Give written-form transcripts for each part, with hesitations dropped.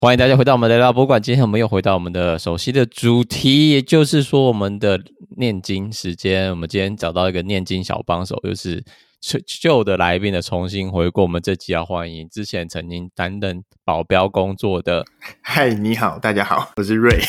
欢迎大家回到我们的聊博物馆。今天我们又回到我们的熟悉的主题，也就是说我们的念经时间。我们今天找到一个念经小帮手，就是旧的来宾的重新回顾。我们这集要欢迎之前曾经担任保镖工作的。 嗨，你好，大家好，我是瑞。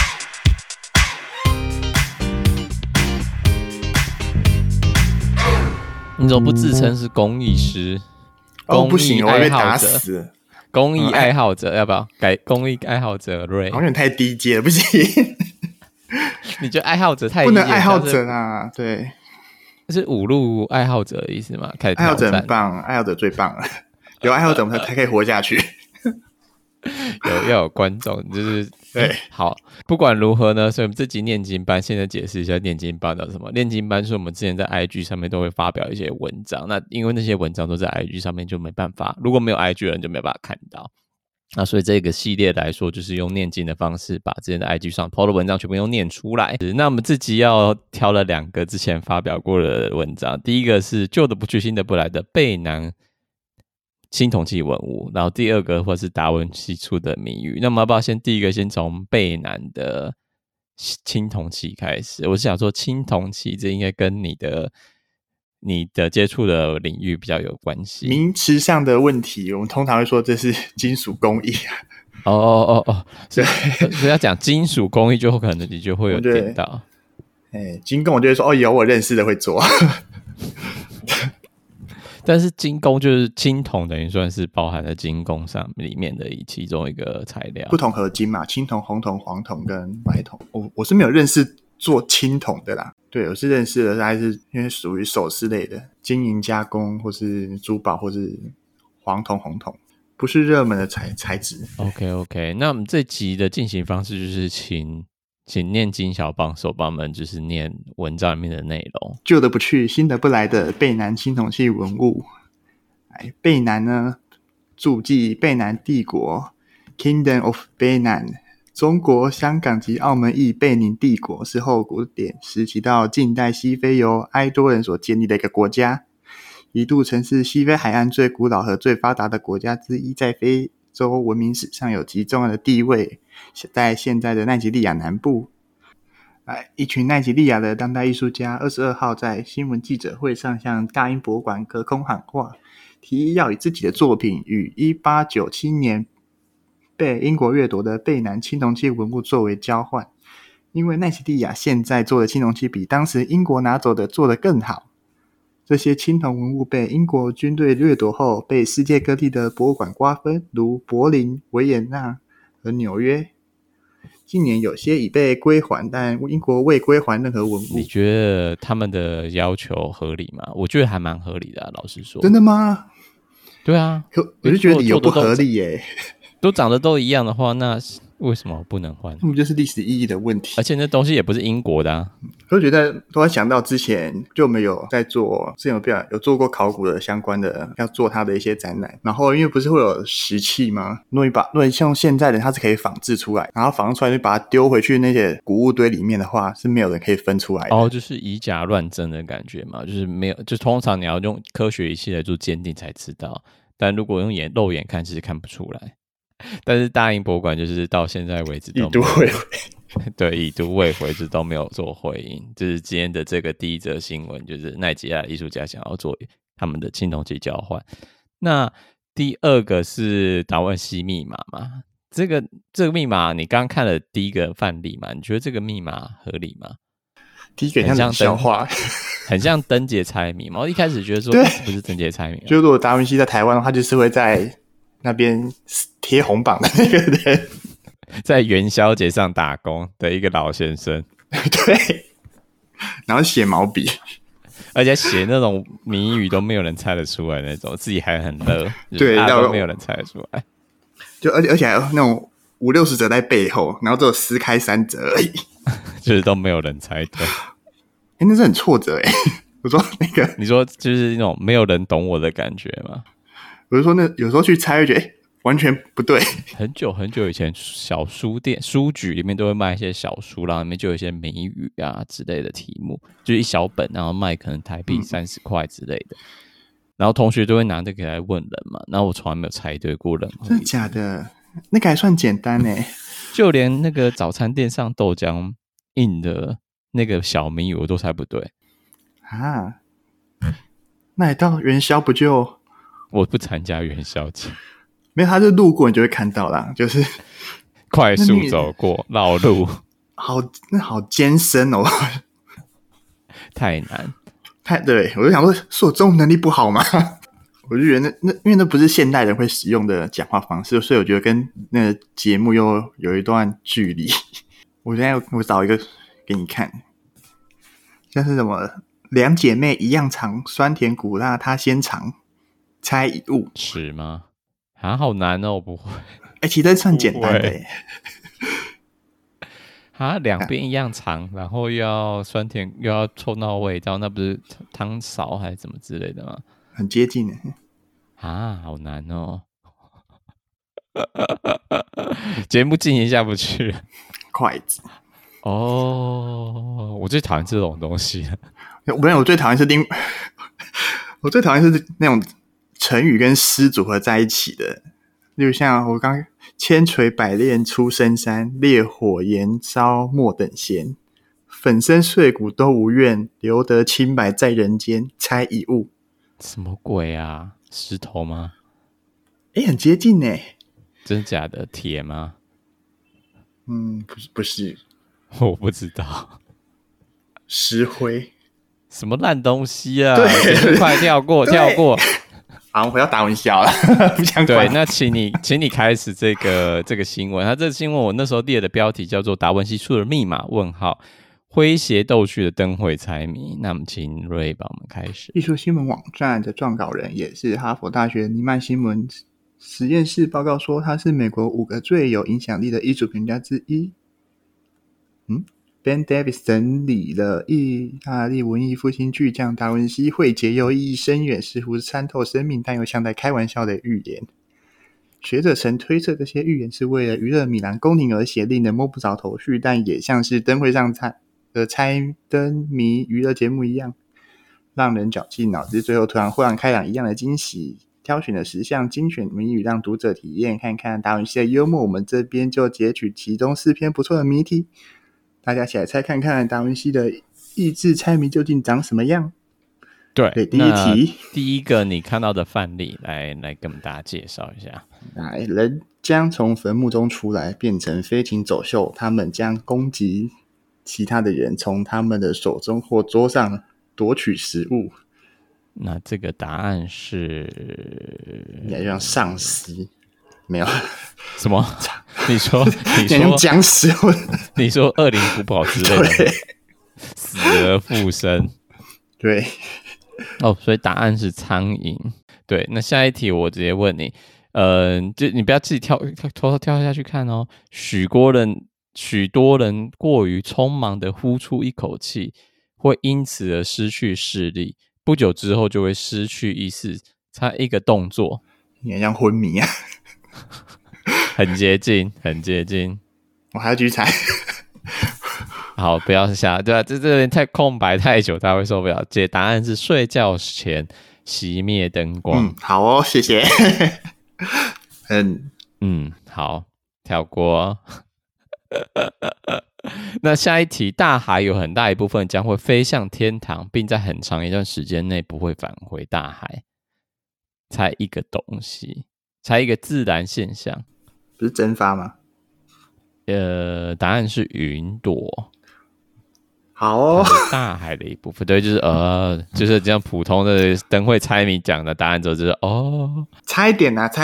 你怎么不自称是公益师？ 不行，我会被打死。 公益爱好者，要不要改公益爱好者瑞？ 好像太低阶了，不行。 你觉得爱好者太低阶？ 不能爱好者啊，对， 是侮辱爱好者的意思吗？开始爱好者很棒，爱好者最棒了，有爱好者我们才可以活下去。 要有观众，就是对。 好，不管如何呢，所以我们这集念经班现在解释一下念经班到什么。念经班是我们之前在 IG 上面都会发表一些文章，那因为那些文章都在 IG 上面就没办法，如果没有 IG 的人就没办法看到。那所以这个系列来说，就是用念经的方式把之前的 IG 上 PO 的文章全部都念出来。那我们这集要挑了2个之前发表过的文章，第一个是旧的不去，新的不来的贝南青铜器文物，然后第二个或是達文西出的谜语。那么要不要第一个先从贝南的青铜器开始？我是想说青铜器这应该跟你的接触的领域比较有关系。 名词上的问题，我们通常会说这是金属工艺。 所以要讲金属工艺，就可能你就会有点到。 金工我就会说有我认识的会做。 但是金工就是青铜，等于算是包含在金工上里面的其中一个材料， 不同合金嘛，青铜、红铜、黄铜跟白铜。我是没有认识做青铜的啦，对，我是认识的，还是因为属于首饰类的，金银加工或是珠宝或是黄铜、红铜，不是热门的材质。 OK， 那我们这集的进行方式就是请念经小帮手帮我们就是念文章里面的内容。 旧的不去，新的不来的贝南青铜器文物。贝南呢，注记贝南帝国 Kingdom of Beinan， 中国、香港及澳门裔贝宁帝国，是后古典时期到近代西非由埃多人所建立的一个国家，一度曾是西非海岸最古老和最发达的国家之一，在非洲文明史上有极重要的地位，在现在的奈及利亚南部。一群奈及利亚的当代艺术家22号在新闻记者会上向大英博物馆隔空喊话，提议要以自己的作品与1897年被英国掠夺的贝南青铜器文物作为交换，因为奈及利亚现在做的青铜器比当时英国拿走的做得更好。这些青铜文物被英国军队掠夺后，被世界各地的博物馆瓜分，如柏林、维也纳和纽约。近年有些已被归还，但英国未归还任何文物。 你觉得他们的要求合理吗？我觉得还蛮合理的老实说。 真的吗？ 对啊， 我就觉得理由不合理耶。 都长得都一样的话，那为什么不能换？ 那不就是历史意义的问题？ 而且那东西也不是英国的啊。 我觉得都会想到之前就我们有在做，之前有做过考古的相关的，要做它的一些展览。然后因为不是会有石器吗？如果像现在的它是可以仿制出来，然后仿制出来就把它丢回去那些古物堆里面的话，是没有人可以分出来的。 就是以假乱真的感觉嘛，就是没有，就通常你要用科学仪器来做鉴定才知道，但如果用肉眼看，其实看不出来。但是大英博物馆就是到现在为止都已读未回。 对，已读未回，就都没有做回应。就是今天的这个第一则新闻，就是奈及利亚艺术家想要做他们的青铜器交换。那第二个是达文西密码嘛？这个密码你刚刚看了第一个范例嘛？你觉得这个密码合理吗？ 第一个像笑话， 很像灯节猜谜嘛。我一开始觉得说不是灯节猜谜， 就如果达文西在台湾的话，就是会在那边贴红榜的那个人， 在元宵节上打工的一个老先生。 对，然后写毛笔， 而且写那种谜语都没有人猜得出来那种，自己还很乐， 对， 都没有人猜得出来。 就而且还有那种50-60则在背后，然后只有撕开3则而已， 就是都没有人猜对。 那是很挫折耶。我说那个， 你说就是那种没有人懂我的感觉吗？ 我就说那有时候去猜，会觉得完全不对。 很久很久以前，小书店、书局里面都会卖一些小书，然后里面就有一些谜语啊之类的题目，就是一小本，然后卖可能台币30块之类的。然后同学都会拿这个来问人嘛，然后我从来没有猜对过任何。 真的假的？ 那个还算简单呢。 就连那个早餐店上豆浆印的那个小谜语我都猜不对啊。那你到元宵不就？ 我不参加元宵节， 没有，他就路过你就会看到啦，就是快速走过绕路， 那好艰深哦， 太难。 对，我就想说，是我中文能力不好吗？我就觉得因为那不是现代人会使用的讲话方式，所以我觉得跟那个节目又有一段距离。我现在我找一个给你看，像是什么两姐妹一样长，酸甜苦辣她先尝，猜一物。 是吗？啊，好难哦，我不会。 其实这算简单的耶。 啊，两边一样长，然后又要酸甜又要臭到味道，那不是汤勺还是怎么之类的吗？ 很接近耶。 啊，好难哦。节目进行下不去。 筷子。 哦，我最讨厌这种东西。 我最讨厌是我最讨厌是那种成语跟诗组合在一起的，例如像我刚千锤百炼出深山，烈火燃烧莫等闲，粉身碎骨都无怨，留得清白在人间。猜一物。 什么鬼啊？石头吗？ 很接近耶。 真的假的？铁吗？ 不是。 我不知道。 石灰。 什么烂东西啊！ 对， 快跳过，跳过。 好，我要打文笑了，不想管。 对，那请你开始这个新闻。它这个新闻我那时候列的标题叫做《达文西出的密码？诙谐逗趣的灯会猜谜》。那么请瑞帮我们开始。 艺术新闻网站的撰稿人也是哈佛大学尼曼新闻实验室报告说，他是美国5个最有影响力的艺术评论家之一。Ben Davis 整理了意大利文艺复兴巨匠达文西诙谐又意义深远，似乎参透生命但又像在开玩笑的预言。学者曾推测这些预言是为了娱乐米兰宫廷而写，令人摸不着头绪，但也像是灯会上的猜灯谜娱乐节目一样，让人绞尽脑汁，最后突然豁然开朗一样的惊喜。挑选了10项精选谜语让读者体验看看达文西的幽默，我们这边就截取其中4篇不错的谜题，大家一起来猜看看达文西的益智猜谜究竟长什么样。 对， 第一题， 第一个你看到的范例来跟我们大家介绍一下。 来，人将从坟墓中出来，变成飞禽走兽，他们将攻击其他的人，从他们的手中或桌上夺取食物。 那这个答案是， 应该像丧尸。没有什么？你说僵尸？ 你说恶灵古堡之类的，死而复生。 对。 所以答案是苍蝇。对，那下一题我直接问你，就你不要自己跳下去看哦。许多人过于匆忙的呼出一口气，会因此而失去视力，不久之后就会失去意识。猜一个动作。 你很像昏迷啊。 很接近，很接近。 我还要继续猜。 好，不要下，对啊，这边太空白太久，他会受不了。答案是睡觉前熄灭灯光。 好哦，谢谢。 好，跳过。那下一题，大海有很大一部分将会飞向天堂，并在很长一段时间内不会返回大海。猜一个东西，猜一个自然现象。 不是蒸发吗？ 答案是云朵。 好哦， 大海的一部分。对，就是这样普通的灯会猜谜讲的答案就是差一点啊。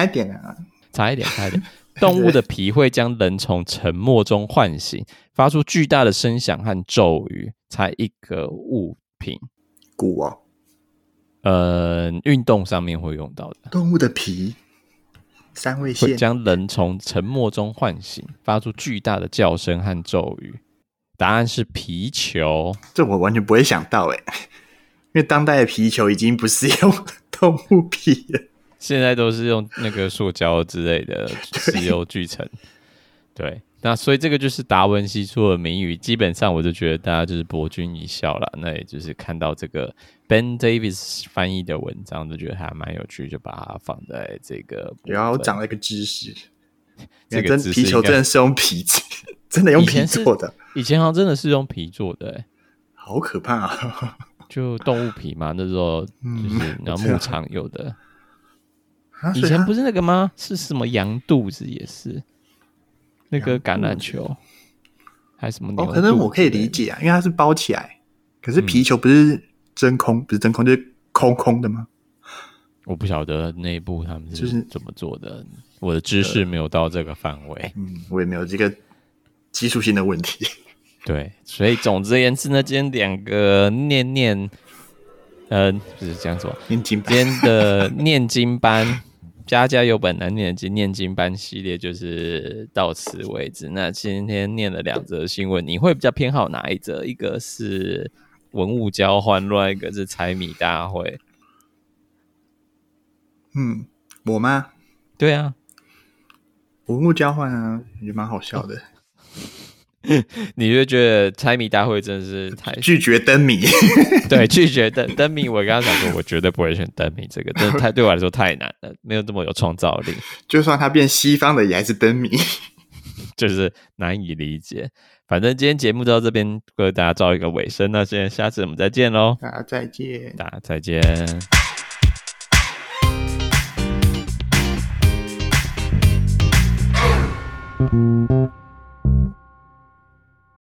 动物的皮会将人从沉默中唤醒，发出巨大的声响和咒语。猜一个物品。 鼓哦。 运动上面会用到的。 动物的皮，3位线会将人从沉默中唤醒，发出巨大的叫声和咒语。答案是皮球。 这我完全不会想到因为当代的皮球已经不是用动物皮了， 现在都是用那个塑胶之类的石油锯成。对，那所以这个就是达文西出的谜语，基本上我就觉得大家就是博君一笑啦。那也就是看到这个 Ben Davis 翻译的文章，就觉得还蛮有趣，就把它放在这个。 然后长了一个知识。 这个皮球真的是用皮真的用皮做的， 以前好像真的是用皮做的， 好可怕啊！ 就动物皮嘛，那时候就是然后牧场有的。以前不是那个吗？是什么羊肚子也是那个橄榄球，还是什么牛肚？ 可能我可以理解啊，因为它是包起来，可是皮球不是真空，不是真空，就是空空的吗？ 我不晓得内部他们是怎么做的，我的知识没有到这个范围。 我也没有这个技术性的问题。 对，所以总之言之呢，今天2个就是讲什么？ 念经班， 今天的念经班，家家有本难念的经，念经班系列就是到此为止。那今天念了2则新闻，你会比较偏好哪一则？一个是文物交换，另外一个是猜谜大会。 我吗？ 对啊， 文物交换啊，也蛮好笑的。 你就觉得猜谜大会真的是太拒绝灯谜？ 对，拒绝灯谜。我刚刚想说，我绝对不会选灯谜，这个真的对我来说太难了，没有这么有创造力。 就算它变西方的，也还是灯谜， 就是难以理解。反正今天节目到这边，为大家照一个尾声。那下次我们再见喽！ 大家再见。 大家再见。